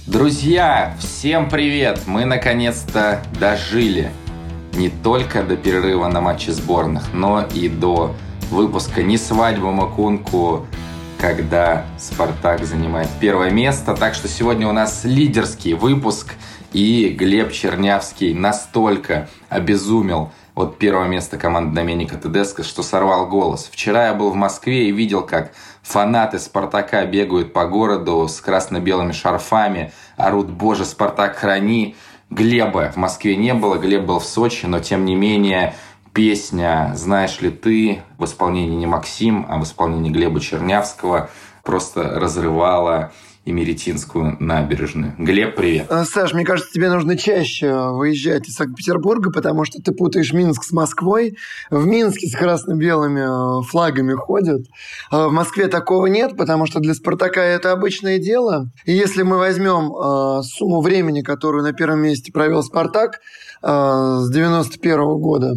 Друзья, всем привет! Мы наконец-то дожили не только до перерыва на матчи сборных, но и до выпуска «Не свадьбу Макунку», когда «Спартак» занимает первое место. Так что сегодня у нас лидерский выпуск, и Глеб Чернявский настолько обезумел от первого места команды Доменика Тедеско, что сорвал голос. Вчера я был в Москве и видел, как фанаты «Спартака» бегают по городу с красно-белыми шарфами, орут «Боже, Спартак, храни!». Глеба в Москве не было, Глеб был в Сочи, но тем не менее песня «Знаешь ли ты» в исполнении не Максим, а в исполнении Глеба Чернявского просто разрывала Имеретинскую набережную. Глеб, привет. Саш, мне кажется, тебе нужно чаще выезжать из Санкт-Петербурга, потому что ты путаешь Минск с Москвой. В Минске с красно-белыми флагами ходят. В Москве такого нет, потому что для «Спартака» это обычное дело. И если мы возьмем сумму времени, которую на первом месте провел «Спартак» с 91 года,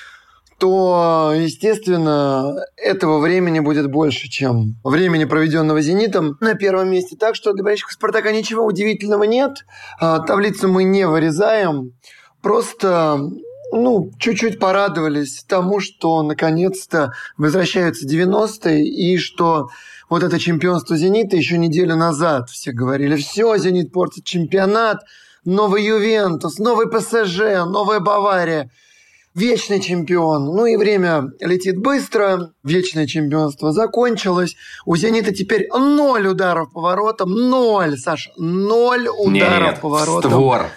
то, естественно, этого времени будет больше, чем времени, проведенного «Зенитом» на первом месте. Так что для болельщиков «Спартака» ничего удивительного нет. Таблицу мы не вырезаем. Просто, чуть-чуть порадовались тому, что наконец-то возвращаются 90-е, и что вот это чемпионство «Зенита» еще неделю назад все говорили: все, «Зенит» портит чемпионат, новый «Ювентус», новый ПСЖ, новая «Бавария». Вечный чемпион. И время летит быстро. Вечное чемпионство закончилось. У «Зенита» теперь 0 ударов по воротам. 0, Саша. 0 ударов по воротам.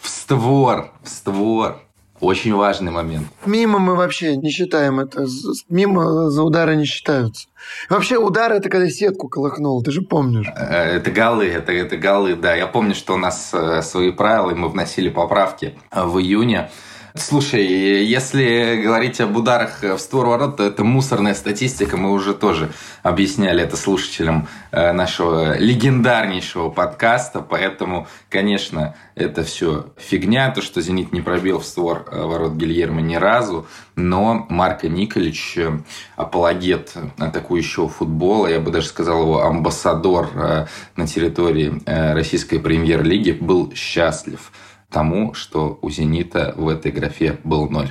В створ. Очень важный момент. Мимо мы вообще не считаем это. Мимо за удары не считаются. Вообще удар — это когда сетку колыхнул, ты же помнишь. Это голы, это голы, да. Я помню, что у нас свои правила, и мы вносили поправки в июне. Слушай, если говорить об ударах в створ ворот, то это мусорная статистика. Мы уже тоже объясняли это слушателям нашего легендарнейшего подкаста. Поэтому, конечно, это все фигня. То, что «Зенит» не пробил в створ ворот Гильермо ни разу. Но Марко Николич, апологет атакующего футбола, я бы даже сказал, его амбассадор на территории российской премьер-лиги, был счастлив тому, что у «Зенита» в этой графе был 0.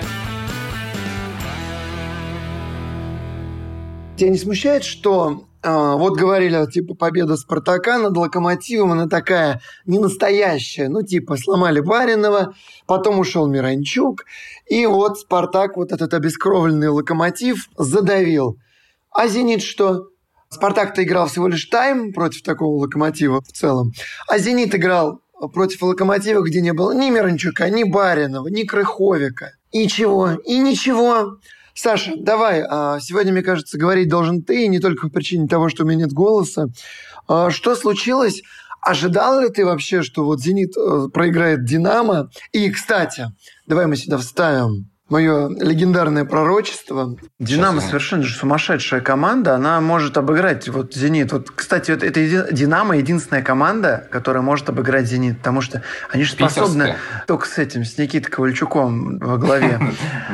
Тебя не смущает, что вот говорили, победа «Спартака» над «Локомотивом», она такая не настоящая, сломали Баринова, потом ушел Миранчук, и вот «Спартак», вот этот обескровленный «Локомотив» задавил. А «Зенит» что? «Спартак»-то играл всего лишь тайм против такого «Локомотива» в целом, а «Зенит» играл против «Локомотива», где не было ни Миранчука, ни Баринова, ни Крыховика. И ничего. Саша, давай, сегодня, мне кажется, говорить должен ты, и не только по причине того, что у меня нет голоса. Что случилось? Ожидал ли ты вообще, что вот «Зенит» проиграет «Динамо»? И, кстати, давай мы сюда вставим мое легендарное пророчество. «Динамо» совершенно же сумасшедшая команда. Она может обыграть «Зенит». Кстати, это «Динамо» единственная команда, которая может обыграть «Зенит». Потому что они же способны только с Никитой Ковальчуком во главе.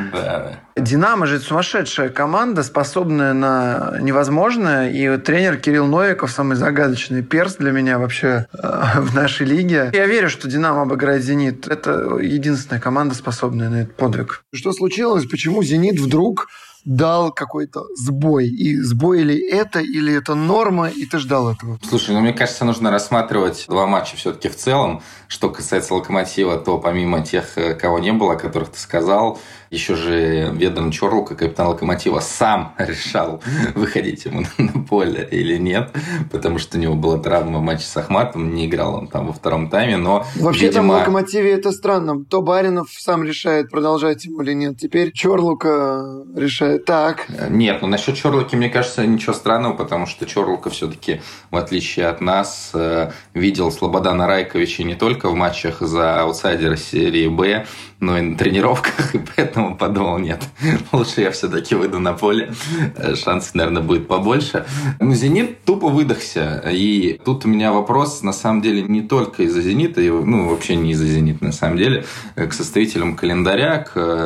«Динамо» же сумасшедшая команда, способная на невозможное. И тренер Кирилл Новиков самый загадочный перс для меня вообще в нашей лиге. Я верю, что «Динамо» обыграет «Зенит». Это единственная команда, способная на этот подвиг. Что случилось? Почему «Зенит» вдруг дал какой-то сбой? И сбой или это норма, и ты ждал этого? Слушай, мне кажется, нужно рассматривать два матча все-таки в целом. Что касается «Локомотива», то помимо тех, кого не было, о которых ты сказал, еще же Ведран Чорлука, капитан «Локомотива», сам решал, выходить ему на поле или нет, потому что у него была травма в матче с Ахматом, не играл он там во втором тайме, но, вообще там в «Локомотиве» это странно. То Баринов сам решает, продолжать ему или нет. Теперь Чорлука решает. Так. Нет, насчет Чорлуки, мне кажется, ничего странного, потому что Чорлука все-таки, в отличие от нас, видел Слободана Райковича не только в матчах за аутсайдера серии «Б», но и на тренировках, и поэтому поэтому подумал, нет, лучше я все-таки выйду на поле, шансов, наверное, будет побольше. Но «Зенит» тупо выдохся, и тут у меня вопрос, на самом деле, не только из-за «Зенита», вообще не из-за «Зенита», на самом деле, к составителям календаря,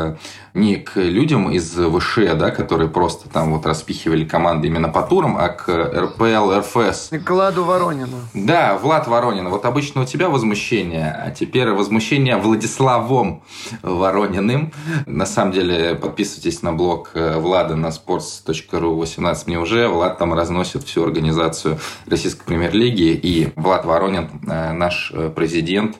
не к людям из ВШ, да, которые просто там вот распихивали команды именно по турам, а к РПЛ, РФС. И к Владу Воронину. Да, Влад Воронин. Вот обычно у тебя возмущение, а теперь возмущение Владиславом Ворониным. На самом деле, подписывайтесь на блог Влада на sports.ru 18 мне уже. Влад там разносит всю организацию российской премьер-лиги. И Влад Воронин, наш президент.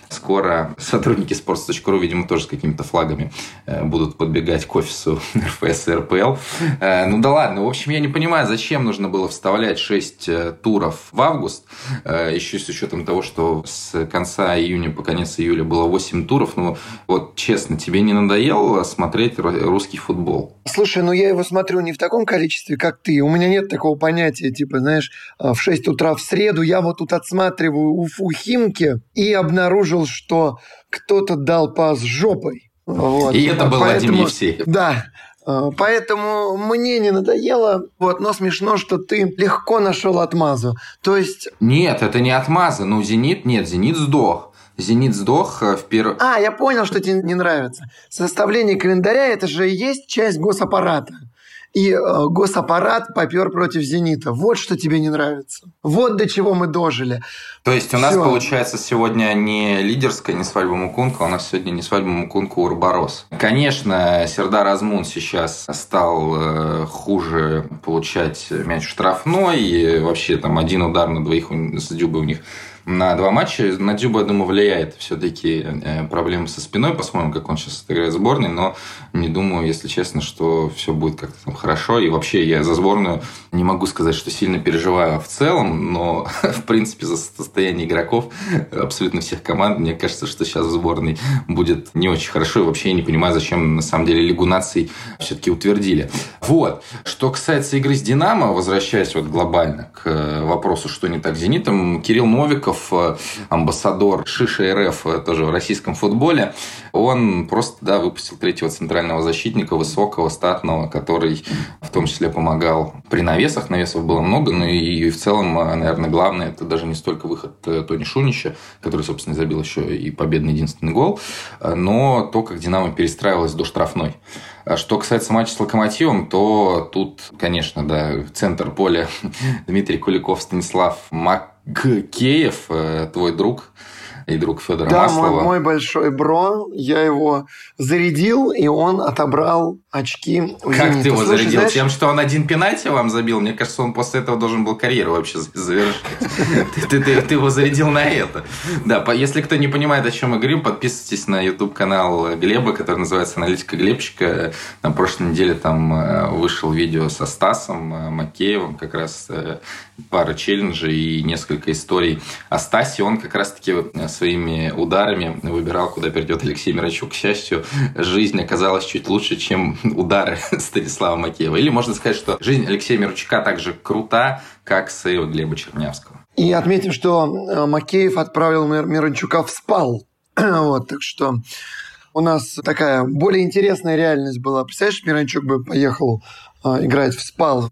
Скоро сотрудники sports.ru, видимо, тоже с какими-то флагами будут подбегать к офису РФС и РПЛ. Ну да ладно. В общем, я не понимаю, зачем нужно было вставлять 6 туров в август. Еще с учетом того, что с конца июня по конец июля было 8 туров. Ну вот честно, тебе не надоело смотреть русский футбол? Слушай, я его смотрю не в таком количестве, как ты. У меня нет такого понятия, типа, знаешь, в 6 утра в среду я вот тут отсматриваю Уфу-Химки и обнаружил, что кто-то дал пас жопой. Вот. И это был Вадим Евсеев. Да. Поэтому мне не надоело, но смешно, что ты легко нашел отмазу. То есть... Нет, это не отмаза. Зенит сдох. «Зенит» сдох в первом... Я понял, что тебе не нравится. Составление календаря – это же и есть часть госаппарата. И госаппарат попер против «Зенита». Вот что тебе не нравится. Вот до чего мы дожили. То есть у нас, получается, сегодня не лидерская, не свадьба Мукунка, у нас сегодня не свадьба Мукунка, Урборос. Конечно, Сердар Азмун сейчас стал хуже получать мяч в штрафной. И вообще там один удар на двоих с Дюбой у них на 2 матча. На Дюба, я думаю, влияет все-таки проблемы со спиной. Посмотрим, как он сейчас играет в сборной. Но не думаю, если честно, что все будет как-то там хорошо. И вообще я за сборную не могу сказать, что сильно переживаю в целом. Но, в принципе, за состояние игроков абсолютно всех команд, мне кажется, что сейчас в сборной будет не очень хорошо. И вообще я не понимаю, зачем на самом деле Лигу наций все-таки утвердили. Вот. Что касается игры с «Динамо», возвращаясь глобально к вопросу, что не так с «Зенитом», Кирилл Новиков, амбассадор Шиши РФ тоже в российском футболе, он просто выпустил 3-го центрального защитника, высокого, статного, который в том числе помогал при навесах. Навесов было много, но и в целом, наверное, главное, это даже не столько выход Тони Шунича, который, собственно, забил еще и победный единственный гол, но то, как «Динамо» перестраивалась до штрафной. Что касается матча с «Локомотивом», то тут, конечно, центр поля Дмитрий Куликов, Станислав Макеев, твой друг и друг Федора Маслова. Да, мой большой бро, я его зарядил, и он отобрал очки у «Зенита». Как ты его зарядил? Знаешь... Тем, что он 1 пенальти вам забил? Мне кажется, он после этого должен был карьеру вообще завершить. Ты его зарядил на это. Да, если кто не понимает, о чем мы говорим, подписывайтесь на YouTube-канал Глеба, который называется «Аналитика Глебчика». На прошлой неделе там вышел видео со Стасом Макеевым, как раз пара челленджей и несколько историй о Стасе. Он как раз-таки своими ударами выбирал, куда перейдет Алексей Миранчук. К счастью, жизнь оказалась чуть лучше, чем удары Станислава Макеева. Или можно сказать, что жизнь Алексея Миранчука так же крута, как сейв Глеба Чернявского. И отметим, что Макеев отправил Миранчука в СПАЛ. Так что у нас такая более интересная реальность была. Представляешь, Миранчук бы поехал играть в СПАЛ.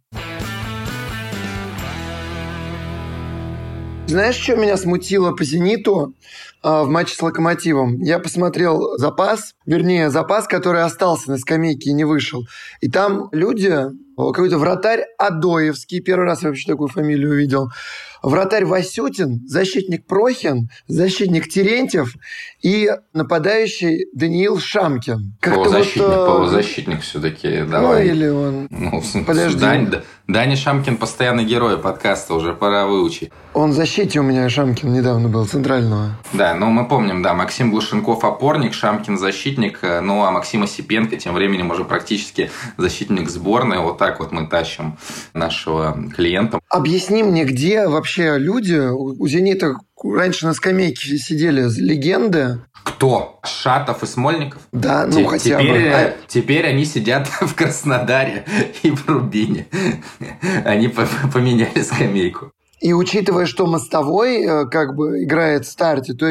Знаешь, что меня смутило по «Зениту» в матче с «Локомотивом»? Я посмотрел запас, который остался на скамейке и не вышел. И там люди, какой-то вратарь Адоевский, первый раз я вообще такую фамилию увидел, вратарь Васютин, защитник Прохин, защитник Терентьев и нападающий Даниил Шамкин. Полузащитник все-таки, давай. Или он... Подожди. Даня Шамкин постоянный герой подкаста, уже пора выучить. Он в защите у меня, Шамкин, недавно был, центрального. Да, мы помним, Максим Глушенков опорник, Шамкин защитник, а Максим Осипенко тем временем уже практически защитник сборной. Вот так вот мы тащим нашего клиента. Объясни мне, где вообще люди у «Зенита» раньше на скамейке сидели легенды? Кто? Шатов и Смольников? Да, хотя бы. Теперь они сидят в Краснодаре и в Рубине. Они поменяли скамейку. И учитывая, что Мостовой играет в старте, то есть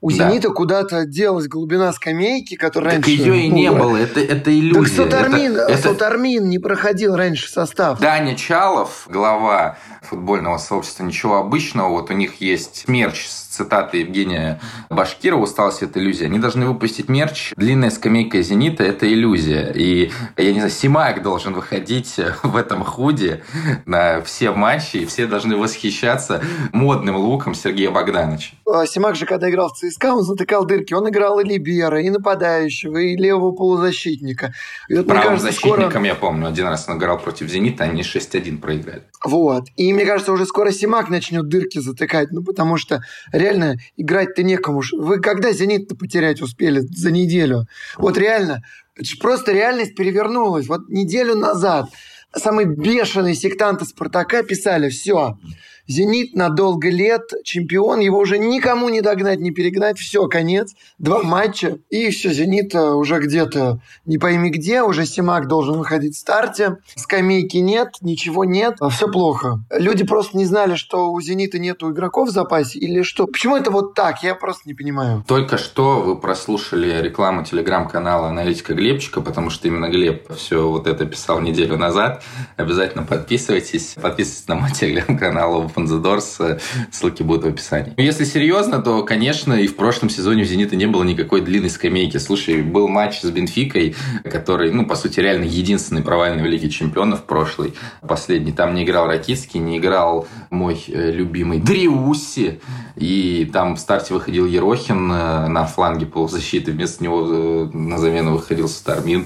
У «Зенита» куда-то делась глубина скамейки, которая так раньше... ее и не было, это иллюзия. Так Сотармин не проходил раньше состав. Даня Чалов, глава футбольного сообщества «Ничего обычного», вот у них есть мерч с цитатой Евгения Башкирова «Усталость – это иллюзия». Они должны выпустить мерч «Длинная скамейка «Зенита» – это иллюзия». И, я не знаю, Симак должен выходить в этом худи на все матчи, и все должны восхищаться модным луком Сергея Богдановича. Симак же, когда играл в ЦСКА, он затыкал дырки. Он играл и либера, и нападающего, и левого полузащитника. И вот, правым защитником, я помню, один раз он играл против «Зенита», они 6-1 проиграли. Вот. И мне кажется, уже скоро Симак начнет дырки затыкать, потому что реально играть-то некому. Вы когда «Зенит»-то потерять успели за неделю? Вот реально, просто реальность перевернулась. Вот неделю назад самые бешеные сектанты «Спартака» писали: все, «Зенит» на долго лет чемпион, его уже никому не догнать, не перегнать, все, конец, 2 матча, и все, «Зенит» уже где-то не пойми где, уже Симак должен выходить в старте, скамейки нет, ничего нет, все плохо. Люди просто не знали, что у «Зенита» нету игроков в запасе, или что? Почему это вот так? Я просто не понимаю. Только что вы прослушали рекламу телеграм-канала «Аналитика Глебчика», потому что именно Глеб все вот это писал неделю назад. Обязательно подписывайтесь на мой телеграм-канал Open the Doors, ссылки будут в описании. Если серьезно, то, конечно, и в прошлом сезоне у «Зенита» не было никакой длинной скамейки. Слушай, был матч с Бенфикой, который, по сути, реально единственный провальный в Лиге Чемпионов прошлый, последний. Там не играл Ракицкий, не играл мой любимый Дриусси, и там в старте выходил Ерохин на фланге полузащиты, вместо него на замену выходил Сотармин.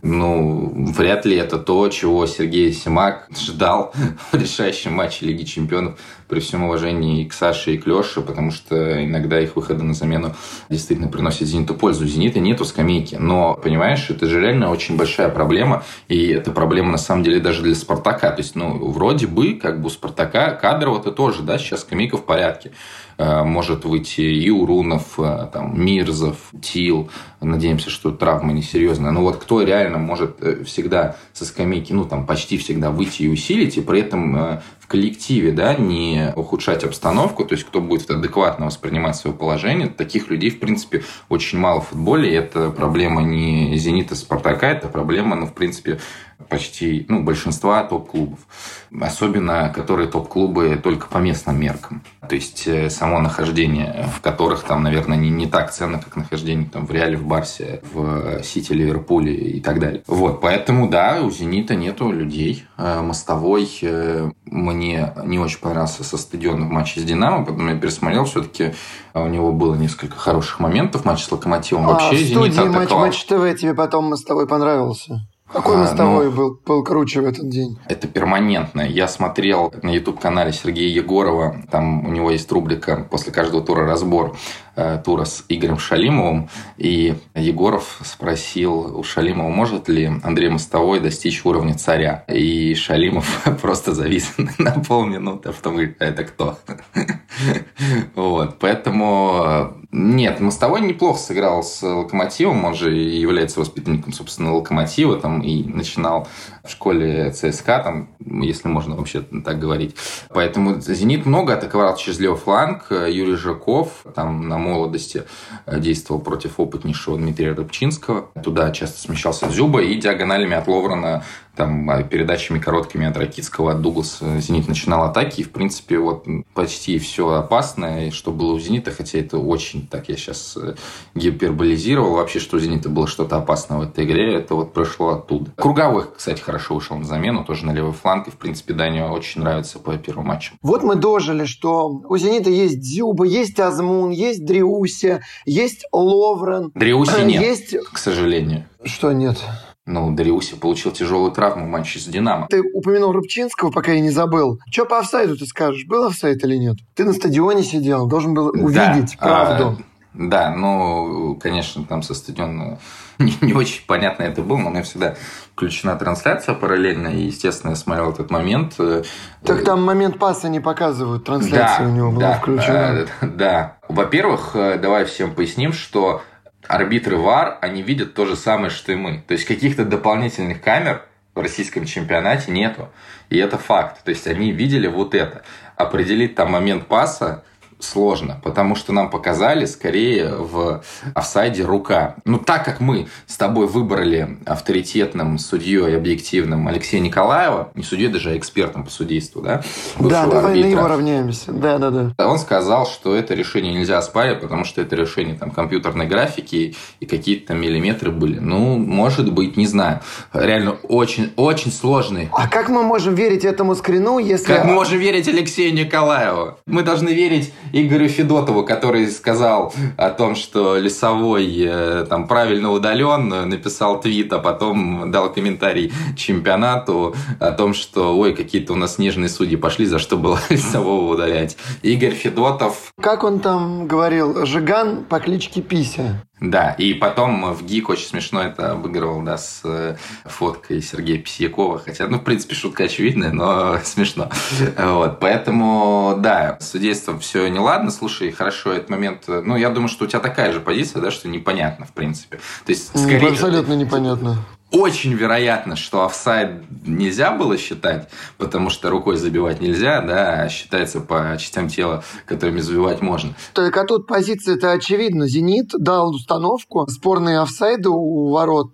Вряд ли это то, чего Сергей Симак ждал в решающем матче Лиги Чемпионов, при всем уважении и к Саше, и к Леше, потому что иногда их выходы на замену действительно приносят «Зениту» пользу. У «Зенита» нету скамейки. Но, понимаешь, это же реально очень большая проблема, и это проблема, на самом деле, даже для «Спартака». То есть, вроде бы, у «Спартака» кадрово-то тоже, да, сейчас скамейка в порядке. Может выйти и Урунов, Мирзов, Тил. Надеемся, что травма несерьезная. Но вот кто реально может всегда со скамейки, почти всегда выйти и усилить, и при этом в коллективе, да, не ухудшать обстановку, то есть кто будет адекватно воспринимать свое положение, таких людей, в принципе, очень мало в футболе, и это проблема не «Зенита», «Спартака», это проблема, в принципе, почти, большинства топ-клубов. Особенно, которые топ-клубы только по местным меркам. То есть, само нахождение, в которых, наверное, не так ценно, как нахождение в Реале, в Барсе, в Сити, Ливерпуле и так далее. Вот, поэтому, да, у «Зенита» нету людей. Мостовой мне не очень понравился со стадиона в матче с «Динамо», потом я пересмотрел, все-таки у него было несколько хороших моментов в матче с «Локомотивом». Вообще, «Зенит» атаковал. Матч ТВ тебе потом Мостовой понравился? Какой Мостовой был круче в этот день? Это перманентно. Я смотрел на YouTube-канале Сергея Егорова, там у него есть рубрика после каждого тура разбор тура с Игорем Шалимовым, и Егоров спросил у Шалимова, может ли Андрей Мостовой достичь уровня царя. И Шалимов просто завис на полминуты, а потом говорит: это кто? Вот, поэтому... Нет, Мостовой неплохо сыграл с «Локомотивом», он же является воспитанником, собственно, «Локомотива», и начинал в школе ЦСКА, если можно вообще так говорить. Поэтому «Зенит» много атаковал через левый фланг. Юрий Жирков на молодости действовал против опытнейшего Дмитрия Рыбчинского. Туда часто смещался Дзюба, и диагоналями от Ловрена, передачами короткими от Ракицкого, от Дугласа «Зенит» начинал атаки. И, в принципе, почти все опасное, что было у «Зенита», хотя это очень, я сейчас гиперболизировал. Вообще, что у «Зенита» было что-то опасное в этой игре, это пришло оттуда. Круговой, кстати, хорошо вышел на замену, тоже на левый фланг. И, в принципе, Даня очень нравится по первому матчу. Вот мы дожили, что у «Зенита» есть Дзюба, есть Азмун, есть Дриусси, есть Ловрен. Дриусси нет, к сожалению. Что нет? Дриусси получил тяжелую травму в матче с «Динамо». Ты упомянул Рыбчинского, пока я не забыл. Что по офсайду ты скажешь? Был офсайд или нет? Ты на стадионе сидел, должен был увидеть правду. Да, конечно, там со стадиона не очень понятно это было, но у меня всегда включена трансляция параллельно, и, естественно, я смотрел этот момент. Так там момент паса не показывают, трансляция у него была включена. Да. Во-первых, давай всем поясним, что арбитры ВАР, они видят то же самое, что и мы. То есть, каких-то дополнительных камер в российском чемпионате нету. И это факт. То есть, они видели вот это. Определить момент паса сложно, потому что нам показали скорее в офсайде рука. Так как мы с тобой выбрали авторитетным судьей и объективным Алексея Николаева, не судьей даже, а экспертом по судейству, да? Да, давай на него равняемся. Да. Он сказал, что это решение нельзя оспаривать, потому что это решение компьютерной графики и какие-то миллиметры были. Может быть, не знаю. Реально очень, очень сложный. А как мы можем верить этому скрину, если... Как мы можем верить Алексею Николаеву? Мы должны верить Игорю Федотову, который сказал о том, что Лесовой правильно удален, написал твит, а потом дал комментарий чемпионату о том, что какие-то у нас нежные судьи пошли, за что было Лесового удалять. Игорь Федотов... Как он там говорил? Жиган по кличке Пися. Да, и потом в ГИК очень смешно это обыгрывал, да, с фоткой Сергея Письякова. Хотя, в принципе, шутка очевидная, но смешно. Поэтому, да, с судейством все неладно. Слушай, хорошо, этот момент... я думаю, что у тебя такая же позиция, да, что непонятно, в принципе. То есть, скорее... Абсолютно непонятно. Очень вероятно, что офсайд нельзя было считать, потому что рукой забивать нельзя, да, а считается по частям тела, которыми забивать можно. Только тут позиция-то очевидна. «Зенит» дал установку. Спорные офсайды у ворот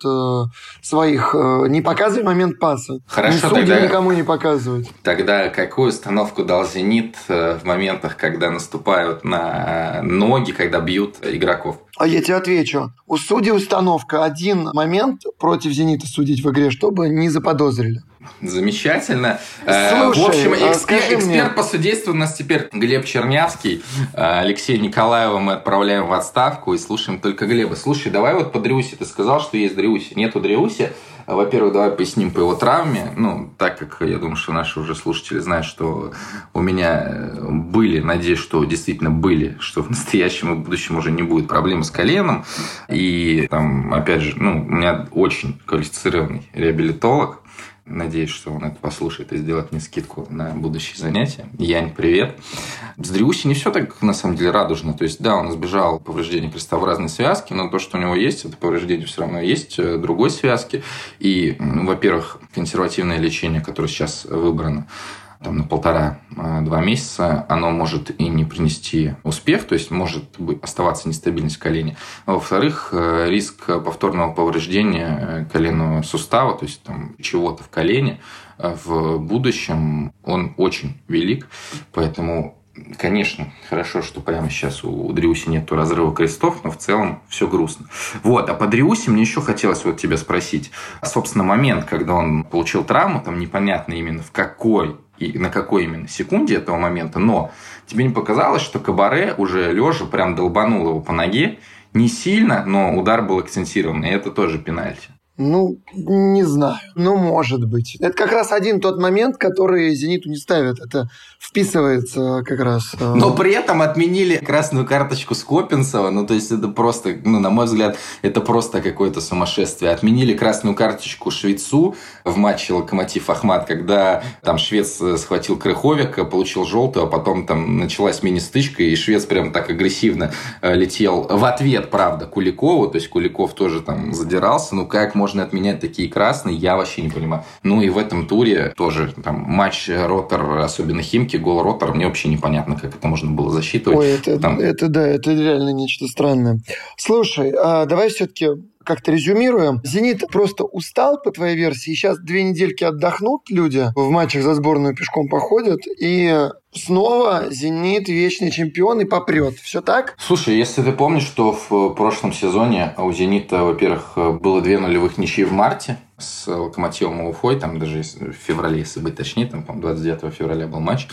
своих не показывали момент паса. Хорошо, судьи тогда... никому не показывают. Тогда какую установку дал «Зенит» в моментах, когда наступают на ноги, когда бьют игроков? А я тебе отвечу. У судей установка. Один момент против «Зенита» судить в игре, чтобы не заподозрили. Замечательно. Слушай, в общем, скажи эксперт мне... по судейству у нас теперь Глеб Чернявский. Алексея Николаева мы отправляем в отставку и слушаем только Глеба. Слушай, давай по Дриусе. Ты сказал, что есть Дриуси. Нету Дриуси. Во-первых, давай поясним по его травме. Так как я думаю, что наши уже слушатели знают, что у меня были, надеюсь, что действительно были, что в настоящем и будущем уже не будет проблем с коленом. И опять же, у меня очень квалифицированный реабилитолог. Надеюсь, что он это послушает и сделает мне скидку на будущие занятия. Янь, привет. С Дриуси не все так, на самом деле, радужно. То есть, да, он избежал повреждения крестообразной связки, но то, что у него есть, это повреждение все равно есть другой связки. И, во-первых, консервативное лечение, которое сейчас выбрано, на 1,5-2 месяца, оно может и не принести успех, то есть может оставаться нестабильность в колене. А во-вторых, риск повторного повреждения коленного сустава, то есть чего-то в колене в будущем, он очень велик. Поэтому, конечно, хорошо, что прямо сейчас у Дриуси нет разрыва крестов, но в целом все грустно. А по Дриуси мне еще хотелось тебя спросить. Собственно, момент, когда он получил травму, непонятно именно в какой и на какой именно секунде этого момента, но тебе не показалось, что Кабаре уже лежа прям долбанул его по ноге? Не сильно, но удар был акцентированный, и это тоже пенальти. Не знаю. Может быть. Это как раз один тот момент, который «Зениту» не ставят. Это вписывается как раз... Но при этом отменили красную карточку Скопинцева. То есть, это просто, на мой взгляд, это просто какое-то сумасшествие. Отменили красную карточку Швецу в матче «Локомотив-Ахмат», когда Швец схватил Крыховика, получил желтую, а потом началась мини-стычка, и Швец прям так агрессивно летел в ответ, правда, Куликову. То есть, Куликов тоже задирался. Как можно отменять такие красные, я вообще не понимаю. И в этом туре тоже матч Ротор, особенно Химки, гол Ротор, мне вообще непонятно, как это можно было засчитывать. Ой, это реально нечто странное. Слушай, давай все-таки как-то резюмируем. «Зенит» просто устал, по твоей версии. Сейчас 2 недельки отдохнут люди, в матчах за сборную пешком походят, и снова «Зенит» вечный чемпион и попрет. Все так? Слушай, если ты помнишь, что в прошлом сезоне у «Зенита», во-первых, было 2 нулевых ничьи в марте с «Локомотивом» и Уфой, даже в феврале, если быть точнее, 29 февраля был матч.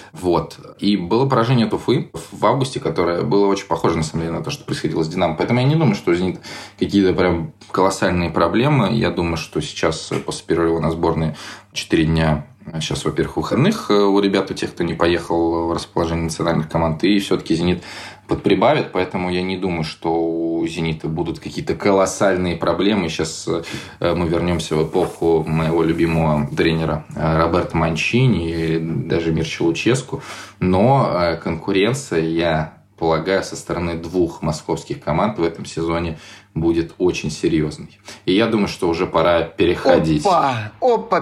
И было поражение от Уфы в августе, которое было очень похоже, на самом деле, на то, что происходило с «Динамо». Поэтому я не думаю, что у «Зенита» какие-то прям колоссальные проблемы. Я думаю, что сейчас, после перерыва на сборной, 4 дня... Сейчас, во-первых, выходных у ребят, у тех, кто не поехал в расположение национальных команд, и все-таки «Зенит» подприбавит, поэтому я не думаю, что у «Зенита» будут какие-то колоссальные проблемы. Сейчас мы вернемся в эпоху моего любимого тренера Роберто Манчини или даже Мирча Луческу, но конкуренция, я полагаю, со стороны 2 московских команд в этом сезоне будет очень серьезной. И я думаю, что уже пора переходить. Опа,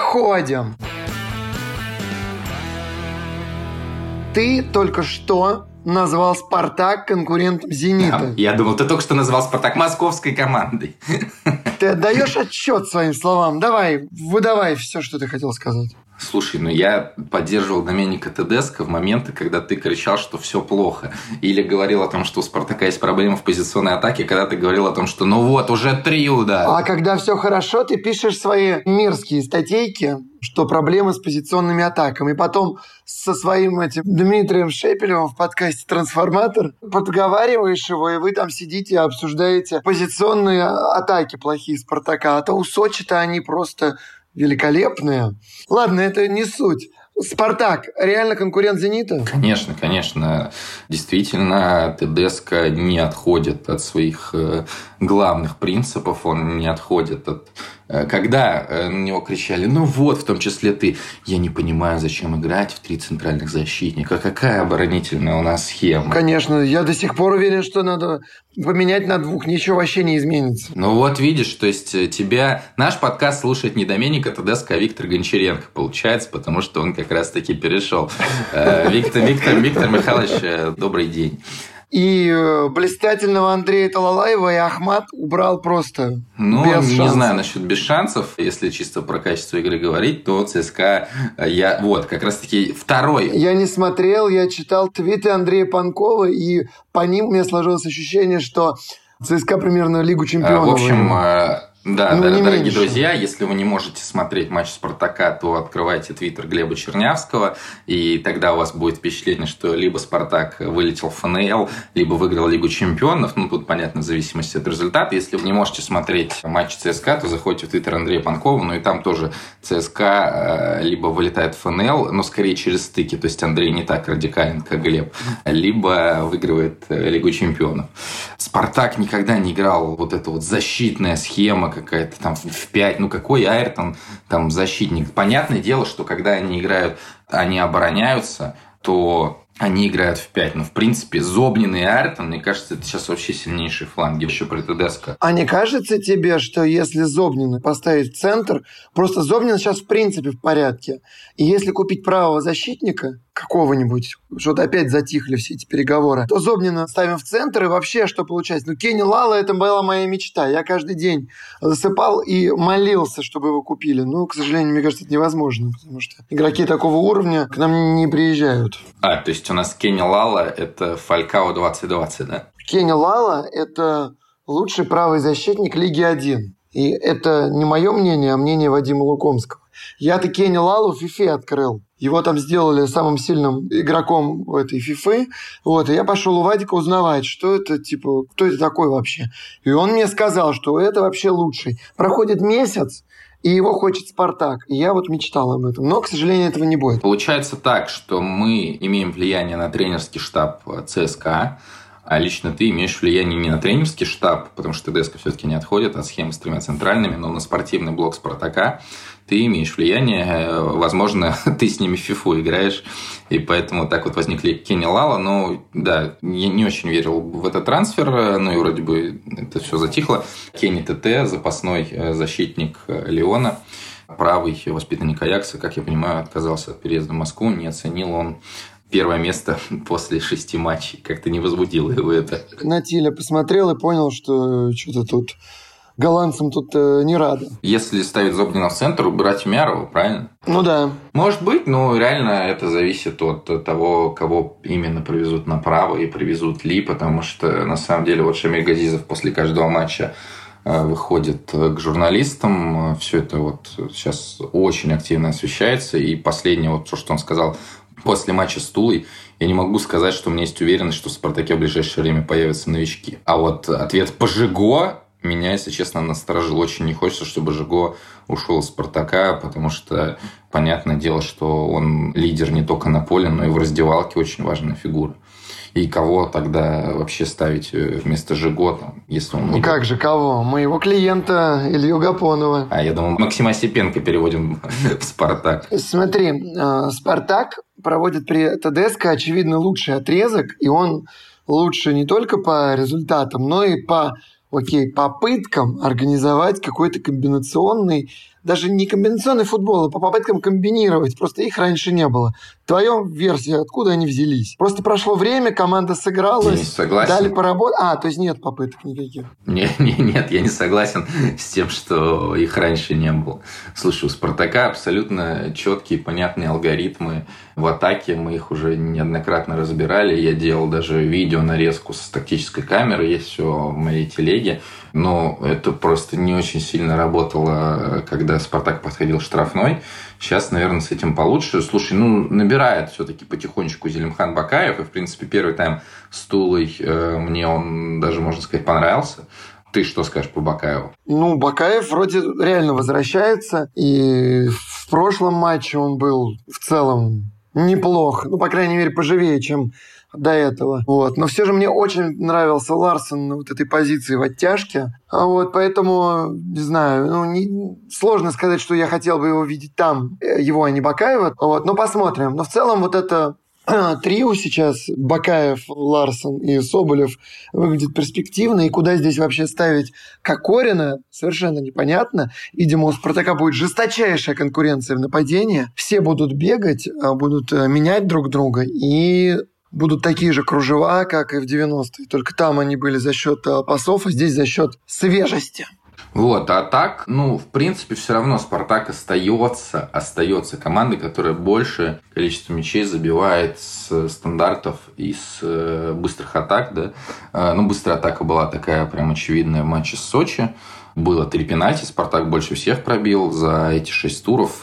переходим. Ты только что назвал «Спартак» конкурентом «Зенита». Я думал, ты только что назвал «Спартак» московской командой. Ты отдаешь отчет своим словам? Давай, выдавай все, что ты хотел сказать. Слушай, я поддерживал Доменика Тедеско в моменты, когда ты кричал, что все плохо. Или говорил о том, что у «Спартака» есть проблемы в позиционной атаке, когда ты говорил о том, что уже 3 удара. А когда все хорошо, ты пишешь свои мерзкие статейки, что проблемы с позиционными атаками. И потом со своим Дмитрием Шепелевым в подкасте «Трансформатор» подговариваешь его, и вы там сидите и обсуждаете позиционные атаки плохие «Спартака». А то у Сочи-то они просто великолепные. Ладно, это не суть. «Спартак» реально конкурент «Зенита»? Конечно, конечно. Действительно, Тедеско не отходит от своих главных принципов, он не отходит от... Когда на него кричали, в том числе ты, я не понимаю, зачем играть в 3 центральных защитника, какая оборонительная у нас схема. Конечно, я до сих пор уверен, что надо поменять на 2, ничего вообще не изменится. Видишь, то есть тебя наш подкаст слушает не Доменика Тедеско, а Виктор Гончаренко, получается, потому что он как раз-таки перешел. Виктор Михайлович, добрый день. И блистательного Андрея Талалаева и Ахмат убрал просто без шансов. Не знаю насчет без шансов. Если чисто про качество игры говорить, то ЦСКА как раз-таки второй. Я не смотрел, я читал твиты Андрея Панкова, и по ним у меня сложилось ощущение, что ЦСКА примерно Лигу чемпионов. В общем... дорогие друзья, если вы не можете смотреть матч «Спартака», то открывайте твиттер Глеба Чернявского, и тогда у вас будет впечатление, что либо «Спартак» вылетел в ФНЛ, либо выиграл Лигу чемпионов. Тут понятно, в зависимости от результата. Если вы не можете смотреть матч ЦСКА, то заходите в твиттер Андрея Панкова, и там тоже ЦСКА либо вылетает в ФНЛ, но скорее через стыки, то есть Андрей не так радикален, как Глеб, либо выигрывает Лигу чемпионов. «Спартак» никогда не играл эта защитная схема, какая-то там в 5. Какой Айртон там защитник? Понятное дело, что когда они играют, они обороняются, то они играют в 5. В принципе, Зобнин и Айртон, мне кажется, это сейчас вообще сильнейшие фланги. Еще про Тедеско. А не кажется тебе, что если Зобнина поставить в центр, просто Зобнин сейчас в принципе в порядке, и если купить правого защитника какого-нибудь, что-то опять затихли все эти переговоры, то Зобнина ставим в центр, и вообще что получается? Кенни Лала, это была моя мечта. Я каждый день засыпал и молился, чтобы его купили. К сожалению, мне кажется, это невозможно, потому что игроки такого уровня к нам не приезжают. То есть у нас Кенни Лала – это Фалькао 2020, да? Кенни Лала – это лучший правый защитник Лиги 1. И это не мое мнение, а мнение Вадима Лукомского. Я-то Кенни Лалу в FIFA открыл. Его там сделали самым сильным игроком в этой FIFA. И я пошел у Вадика узнавать, что это, кто это такой вообще. И он мне сказал, что это вообще лучший. Проходит месяц, и его хочет «Спартак». И я мечтал об этом. Но, к сожалению, этого не будет. Получается так, что мы имеем влияние на тренерский штаб ЦСКА, а лично ты имеешь влияние не на тренерский штаб, потому что Тедеско все-таки не отходит от схемы с 3 центральными, но на спортивный блок «Спартака» ты имеешь влияние. Возможно, ты с ними в фифу играешь, и поэтому так возникли Кенни Лала. Я не очень верил в этот трансфер, и вроде бы это все затихло. Кенни ТТ, запасной защитник Лиона, правый воспитанник Аякса, как я понимаю, отказался от переезда в Москву, не оценил он первое место после 6 матчей. Как-то не возбудило его это. На Тиля посмотрел и понял, что что-то тут голландцам тут не рады. Если ставить Зобнина в центр, убирать Умярова, правильно? Да. Может быть, но реально это зависит от того, кого именно привезут направо и привезут ли, потому что на самом деле Шамиль Газизов после каждого матча выходит к журналистам. Все это сейчас очень активно освещается. И последнее, то, что он сказал после матча с Тулой, я не могу сказать, что у меня есть уверенность, что в «Спартаке» в ближайшее время появятся новички. А ответ по Жиго меня, если честно, насторожил. Очень не хочется, чтобы Жиго ушел из «Спартака», потому что понятное дело, что он лидер не только на поле, но и в раздевалке очень важная фигура. И кого тогда вообще ставить вместо Жиго, если он... Как же кого? Моего клиента Илью Гапонова. Я думал, Максима Осипенко переводим в «Спартак». Смотри, «Спартак» проводит при Тедеско, очевидно, лучший отрезок, и он лучше не только по результатам, но и по попыткам организовать какой-то комбинационный даже не комбинационный футбол, а по попыткам комбинировать. Просто их раньше не было. Твоя версия, откуда они взялись? Просто прошло время, команда сыгралась, Денис, согласен. дали поработать. То есть нет попыток никаких. Нет, я не согласен с тем, что их раньше не было. Слушай, у «Спартака» абсолютно четкие, понятные алгоритмы в атаке. Мы их уже неоднократно разбирали. Я делал даже видео нарезку с тактической камеры. Есть все в моей телеге. Но это просто не очень сильно работало, когда «Спартак» подходил штрафной. Сейчас, наверное, с этим получше. Слушай, набирает все-таки потихонечку Зелимхан Бакаев. И, в принципе, первый тайм с Тулой мне он даже, можно сказать, понравился. Ты что скажешь по Бакаеву? Бакаев вроде реально возвращается. И в прошлом матче он был в целом неплох. По крайней мере, поживее, чем до этого. Но все же мне очень нравился Ларсон на вот этой позиции в оттяжке. Поэтому, не знаю, сложно сказать, что я хотел бы его видеть там, его, а не Бакаева. Но посмотрим. Но в целом вот это трио сейчас, Бакаев, Ларсон и Соболев, выглядит перспективно. И куда здесь вообще ставить Кокорина, совершенно непонятно. Видимо, у «Спартака» будет жесточайшая конкуренция в нападении. Все будут бегать, будут менять друг друга. И будут такие же кружева, как и в 90-е. Только там они были за счет пасов, а здесь за счет свежести. А так, в принципе, все равно «Спартак» остается командой, которая большее количество мячей забивает с стандартов и с быстрых атак, да. Быстрая атака была такая прям очевидная в матче с Сочи. Было 3 пенальти, «Спартак» больше всех пробил за эти 6 туров.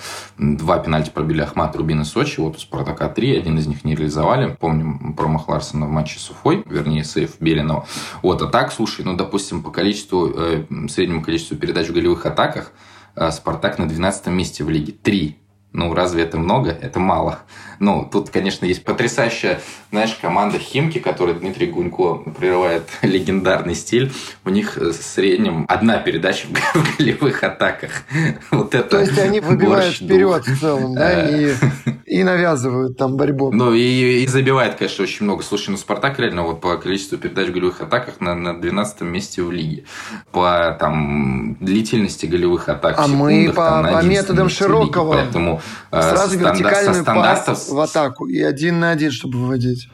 2 пенальти пробили Ахмат, Рубин и Сочи. У «Спартака» 3, один из них не реализовали. Помним промах Ларсона в матче с Уфой, вернее, сейф Белинова. А так, слушай, допустим, по среднему количеству передач в голевых атаках «Спартак» на 12-м месте в лиге. 3. Разве это много? Это мало. Тут, конечно, есть потрясающая, команда «Химки», которую Дмитрий Гунько прерывает легендарный стиль. У них в среднем 1 передача в голевых атаках. То есть они выбивают вперед в целом, да, и навязывают там борьбу. И забивает, конечно, очень много. Слушай, «Спартак» реально по количеству передач в голевых атаках на 12-м месте в лиге. По длительности голевых атак в секундах, мы по методам Широкого. Поэтому сразу вертикальный пас в атаку и 1 на 1, чтобы выводить.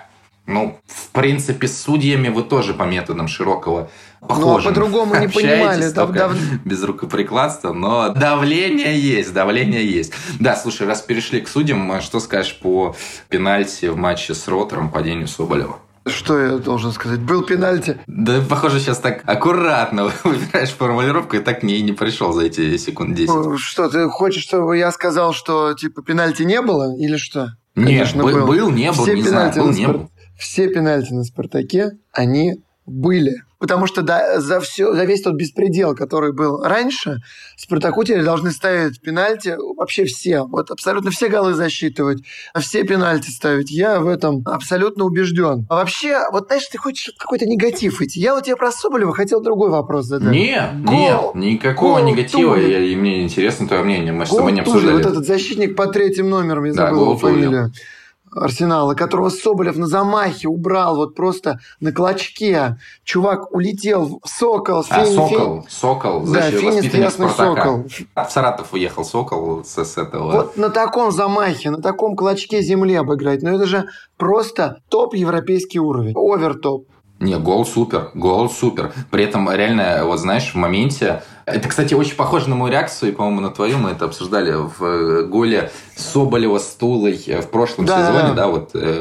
В принципе, с судьями вы тоже по методам Широкого похожи. По-другому не понимали. Без рукоприкладства, но давление есть. Да, слушай, раз перешли к судьям, что скажешь по пенальти в матче с Ротором, падению Соболева? Что я должен сказать? Был пенальти. Да, похоже, сейчас так аккуратно выбираешь формулировку, и так не пришел за эти секунд 10. Что, ты хочешь, чтобы я сказал, что пенальти не было, или что? Нет, конечно, был, не был, не знаю, был, не был. Все пенальти на «Спартаке», они были. Потому что за весь тот беспредел, который был раньше, «Спартаку» теперь должны ставить пенальти вообще все. Абсолютно все голы засчитывать, все пенальти ставить. Я в этом абсолютно убежден. А вообще, знаешь, ты хочешь какой-то негатив идти. Я тебе про Соболева хотел другой вопрос задать. Нет, никакого негатива. И мне интересно твое мнение. Мы с тобой не обсуждали. Вот этот защитник по 3-м номерам, я забыл его фамилию. Арсенала, которого Соболев на замахе убрал просто на клочке. Чувак улетел в Сокол. Сокол. Да, финист ясный Сокол. В Саратов уехал Сокол с этого. На таком замахе, на таком клочке земли обыграть. Это же просто топ европейский уровень. Овертоп. Не, гол супер. При этом реально, в моменте... Это, кстати, очень похоже на мою реакцию, и, по-моему, на твою. Мы это обсуждали в голе Соболева с Тулой в прошлом сезоне, да,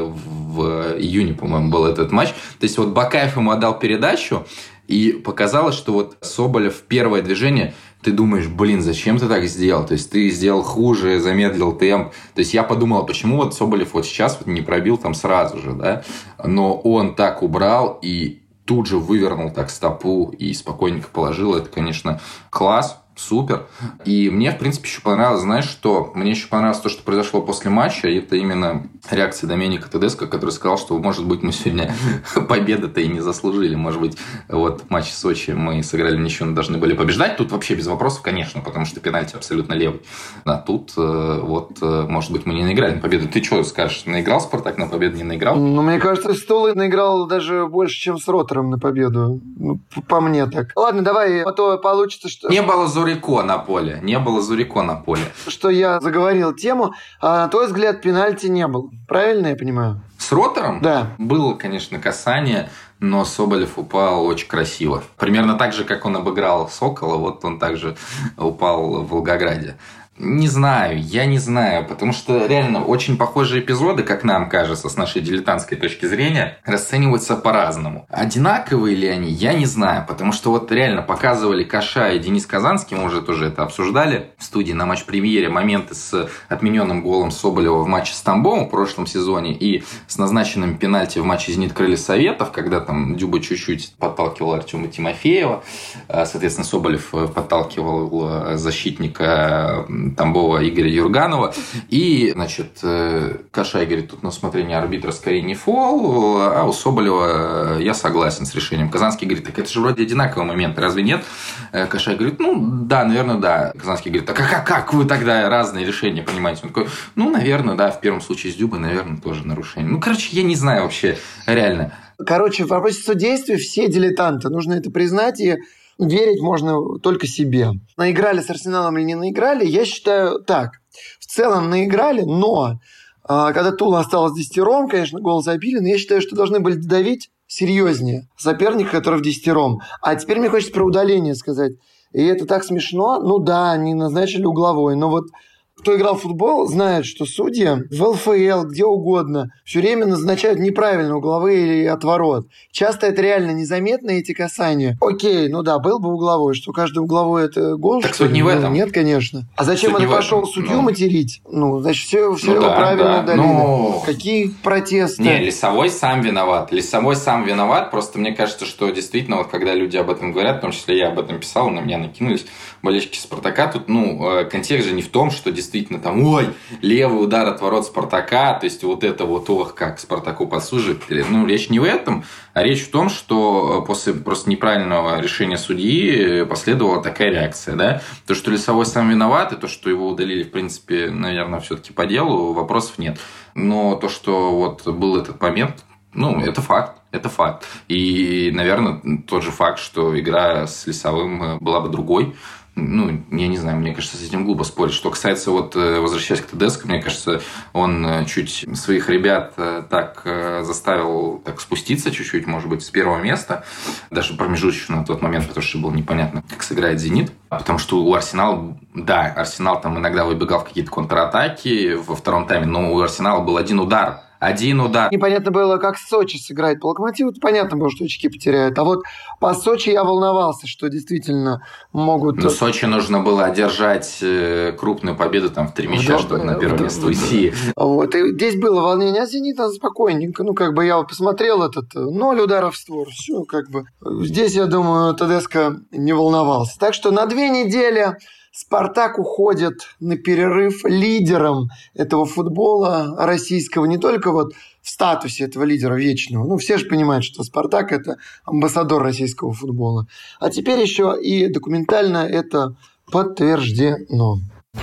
в июне, по-моему, был этот матч. То есть, Бакаев ему отдал передачу, и показалось, что Соболев первое движение... Ты думаешь, зачем ты так сделал? То есть, ты сделал хуже, замедлил темп. То есть, я подумал, почему Соболев сейчас не пробил там сразу же, да? Но он так убрал и тут же вывернул так стопу и спокойненько положил. Это, конечно, класс. Супер. И мне, в принципе, еще понравилось, что? Мне еще понравилось то, что произошло после матча. Это именно реакция Доменика Тедеско, который сказал, что, может быть, мы сегодня победы-то и не заслужили. Может быть, в матче с Сочи мы сыграли ничего, но должны были побеждать. Тут вообще без вопросов, конечно, потому что пенальти абсолютно левый. А тут, может быть, мы не наиграли на победу. Ты что скажешь? Наиграл «Спартак» на победу, не наиграл? Мне кажется, Стулы наиграл даже больше, чем с Ротором на победу. По мне так. Ладно, давай, а то получится, что... Не было Зурико на поле. Не было Зурико на поле. Что я заговорил тему, на твой взгляд, пенальти не было. Правильно я понимаю? С Ротором? Да. Было, конечно, касание, но Соболев упал очень красиво. Примерно так же, как он обыграл Сокола, вот он также упал в Волгограде. Не знаю, я не знаю, потому что реально очень похожие эпизоды, как нам кажется, с нашей дилетантской точки зрения, расцениваются по-разному. Одинаковые ли они, я не знаю, потому что вот реально показывали Каша и Денис Казанский, мы уже тоже это обсуждали в студии на матч-премьере, моменты с отмененным голом Соболева в матче с Тамбовом в прошлом сезоне и с назначенным пенальти в матче «Зенит Крылья Советов», когда там Дюба чуть-чуть подталкивал Артема Тимофеева, соответственно, Соболев подталкивал защитника Тамбова Игоря Юрганова. И, значит, Кашай говорит, тут на усмотрение арбитра скорее не фол, а у Соболева я согласен с решением. Казанский говорит, так это же вроде одинаковый момент, разве нет? Кашай говорит, ну, да, наверное, да. Казанский говорит, так а как вы тогда разные решения понимаете? Он такой, ну, наверное, да, в первом случае с Дюбой, наверное, тоже нарушение. Ну, короче, я не знаю вообще, реально. Короче, в вопросе судействия все дилетанты, нужно это признать, и верить можно только себе. Наиграли с Арсеналом или не наиграли, я считаю так. В целом наиграли, но когда Тула осталась десятером, конечно, гол забили, но я считаю, что должны были давить серьезнее соперника, который в десятером. А теперь мне хочется про удаление сказать. И это так смешно. Ну да, они назначили угловой, но вот кто играл в футбол, знает, что судьи в ЛФЛ, где угодно, все время назначают неправильно угловые или отворот. Часто это реально незаметно, эти касания. Окей, ну да, был бы угловой, что каждый угловой это гол. Так суть не в этом. Нет, конечно. А зачем суть он пошел судью материть? Ну, значит, все ну, его да, правильно да. удалили. Ну... Какие протесты? Не, Лисовой сам виноват. Лисовой сам виноват. Просто мне кажется, что действительно, вот когда люди об этом говорят, в том числе я об этом писал, на меня накинулись болельщики Спартака, тут, контекст же не в том, что действительно там, ой, левый удар от ворот Спартака, то есть вот это вот, ох, как Спартаку подсужит. Ну, речь не в этом, а речь в том, что после просто неправильного решения судьи последовала такая реакция, да. То, что Лисовой сам виноват, и то, что его удалили, в принципе, наверное, все-таки по делу, вопросов нет. Но то, что вот был этот момент, это факт. Это факт. И, наверное, тот же факт, что игра с Лисовым была бы другой. Я не знаю, мне кажется, с этим глупо спорить. Что касается, возвращаясь к Тедеско, мне кажется, он чуть своих ребят так заставил так спуститься чуть-чуть, может быть, с первого места. Даже промежуточно на тот момент, потому что было непонятно, как сыграет «Зенит». Потому что у Арсенала, да, Арсенал там иногда выбегал в какие-то контратаки во втором тайме, но у Арсенала был один удар. Непонятно было, как Сочи сыграет по Локомотиву. Понятно было, что очки потеряют. А вот по Сочи я волновался, что действительно могут... Но Сочи нужно было одержать крупную победу там в 3 мяча, чтобы на первое место уйти. Вот. И здесь было волнение, а «Зенит» спокойненько. Я посмотрел 0 ударов в створ. Все, Здесь, я думаю, Тедеско не волновался. Так что на 2 недели... «Спартак» уходит на перерыв лидером этого футбола российского, не только в статусе этого лидера вечного. Все же понимают, что «Спартак» – это амбассадор российского футбола. А теперь еще и документально это подтверждено.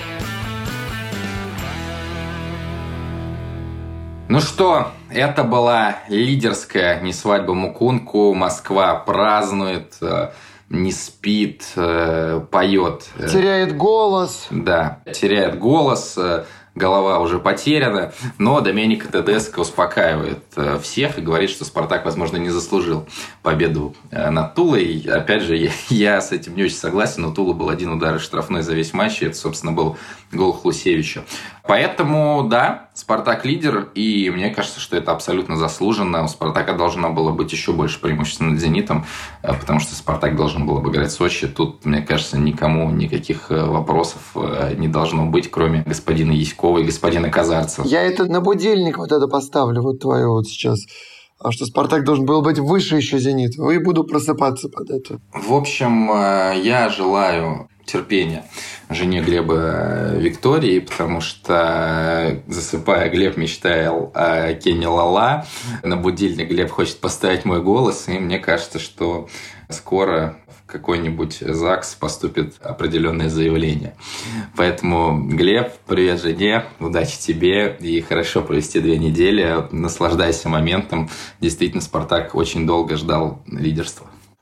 Ну что, это была лидерская «Не свадьба Мукунку». Москва празднует, не спит, поет. Теряет голос. Да, теряет голос, голова уже потеряна. Но Доменико Тедеско успокаивает всех и говорит, что «Спартак», возможно, не заслужил победу над Тулой. И, опять же, я с этим не очень согласен. У Тулы был 1 удар из штрафной за весь матч. И это, собственно, был гол Хлусевича. Поэтому, да, «Спартак» лидер. И мне кажется, что это абсолютно заслуженно. У «Спартака» должно было быть еще больше преимуществ над «Зенитом», потому что «Спартак» должен был обыграть Сочи. Тут, мне кажется, никому никаких вопросов не должно быть, кроме господина Яськова и господина Казарцева. Я это на будильник поставлю, твое сейчас. А что «Спартак» должен был быть выше еще «Зенита». И буду просыпаться под это. В общем, я желаю терпения жене Глеба Виктории, потому что, засыпая, Глеб мечтал о Кене Лала. На будильник Глеб хочет поставить мой голос, и мне кажется, что скоро в какой-нибудь ЗАГС поступит определенное заявление. Поэтому, Глеб, привет жене, удачи тебе и хорошо провести 2 недели. Наслаждайся моментом. Действительно, «Спартак» очень долго ждал лидерства.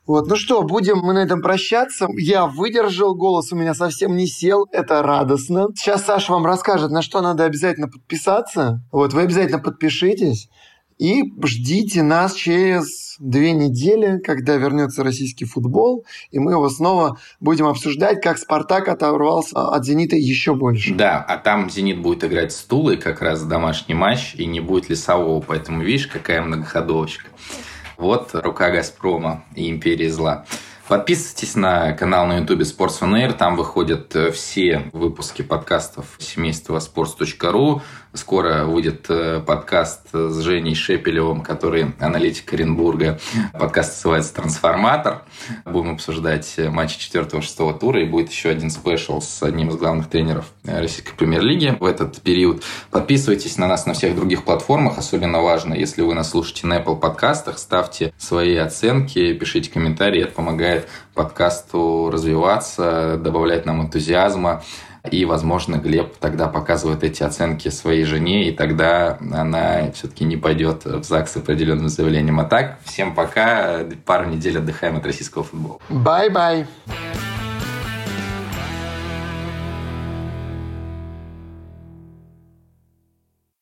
Вот, ну что, будем мы на этом прощаться. Я выдержал, голос у меня совсем не сел, это радостно. Сейчас Саша вам расскажет, на что надо обязательно подписаться. Вот, вы обязательно подпишитесь и ждите нас через 2 недели, когда вернется российский футбол, и мы его снова будем обсуждать, как «Спартак» оторвался от «Зенита» еще больше. Да, а там «Зенит» будет играть с Тулой, как раз домашний матч, и не будет Лесового, поэтому видишь, какая многоходовочка. Вот рука «Газпрома» и империи зла. Подписывайтесь на канал на ютубе Sports on Air, там выходят все выпуски подкастов семейства sports.ru. Скоро выйдет подкаст с Женей Шепелевым, который аналитик Оренбурга. Подкаст называется «Трансформатор». Будем обсуждать матчи 4-6 тура, и будет еще один спешл с одним из главных тренеров российской премьер-лиги в этот период. Подписывайтесь на нас на всех других платформах. Особенно важно, если вы нас слушаете на Apple подкастах, ставьте свои оценки, пишите комментарии, это помогает подкасту развиваться, добавляет нам энтузиазма. И, возможно, Глеб тогда показывает эти оценки своей жене, и тогда она все-таки не пойдет в ЗАГС с определенным заявлением. А так, всем пока, пару недель отдыхаем от российского футбола. Bye-bye.